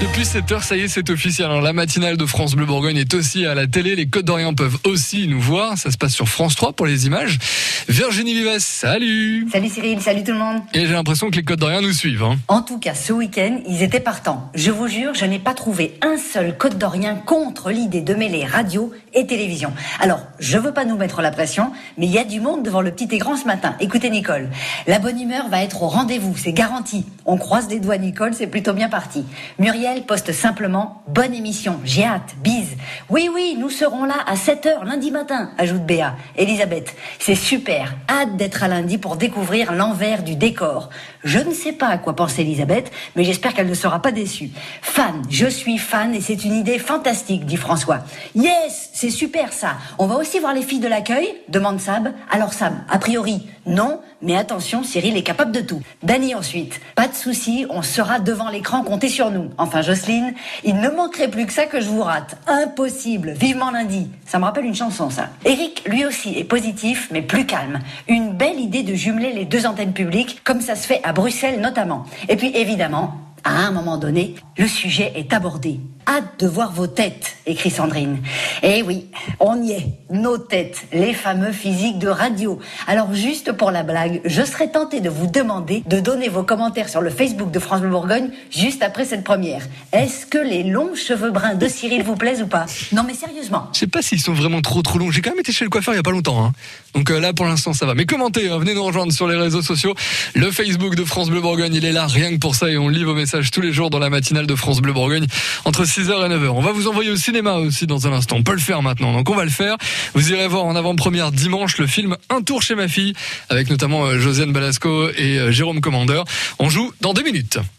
Depuis 7h, ça y est, c'est officiel. Alors, la matinale de France Bleu Bourgogne est aussi à la télé. Les Côtes d'Orient peuvent aussi nous voir. Ça se passe sur France 3 pour les images. Virginie Vives, salut. Salut Cyril, salut tout le monde. Et j'ai l'impression que les Côtes d'Orient nous suivent. En tout cas, ce week-end, ils étaient partants. Je vous jure, je n'ai pas trouvé un seul Côte d'Orient contre l'idée de mêler radio et télévision. Alors, je veux pas nous mettre la pression, mais il y a du monde devant le petit écran ce matin. Écoutez Nicole, la bonne humeur va être au rendez-vous, c'est garanti. On croise les doigts Nicole, c'est plutôt bien parti. Muriel poste simplement « Bonne émission, j'ai hâte, bise ». Oui, nous serons là à 7h lundi matin, ajoute Béa. Elisabeth, c'est super, hâte d'être à lundi pour découvrir l'envers du décor. Je ne sais pas à quoi pense Elisabeth, mais j'espère qu'elle ne sera pas déçue. Fan, je suis fan et c'est une idée fantastique, dit François. Yes, c'est super ça. On va aussi voir les filles de l'accueil, demande Sab. Alors Sab, a priori, non, mais attention, Cyril est capable de tout. Dany ensuite, pas de souci, on sera devant l'écran, comptez sur nous. Enfin Jocelyne, il ne manquerait plus que ça que je vous rate. Impossible, vivement lundi. Ça me rappelle une chanson ça. Eric, lui aussi, est positif, mais plus calme. Une belle idée de jumeler les deux antennes publiques, comme ça se fait à Bruxelles notamment. Et puis évidemment, à un moment donné, le sujet est abordé. Hâte de voir vos têtes, écrit Sandrine. Eh oui, on y est, nos têtes, les fameux physiques de radio. Alors juste pour la blague, je serais tentée de vous demander de donner vos commentaires sur le Facebook de France Bleu Bourgogne juste après cette première. Est-ce que les longs cheveux bruns de Cyril vous plaisent ou pas? Non mais sérieusement. Je sais pas s'ils sont vraiment trop longs. J'ai quand même été chez le coiffeur il y a pas longtemps. Donc là pour l'instant ça va. Mais commentez, venez nous rejoindre sur les réseaux sociaux. Le Facebook de France Bleu Bourgogne, il est là rien que pour ça et on lit vos messages tous les jours dans la matinale de France Bleu Bourgogne entre 6h et 9h. On va vous envoyer au cinéma aussi dans un instant. On peut le faire maintenant, donc on va le faire. Vous irez voir en avant-première dimanche le film Un tour chez ma fille avec notamment Josiane Balasco et Jérôme Commandeur. On joue dans 2 minutes.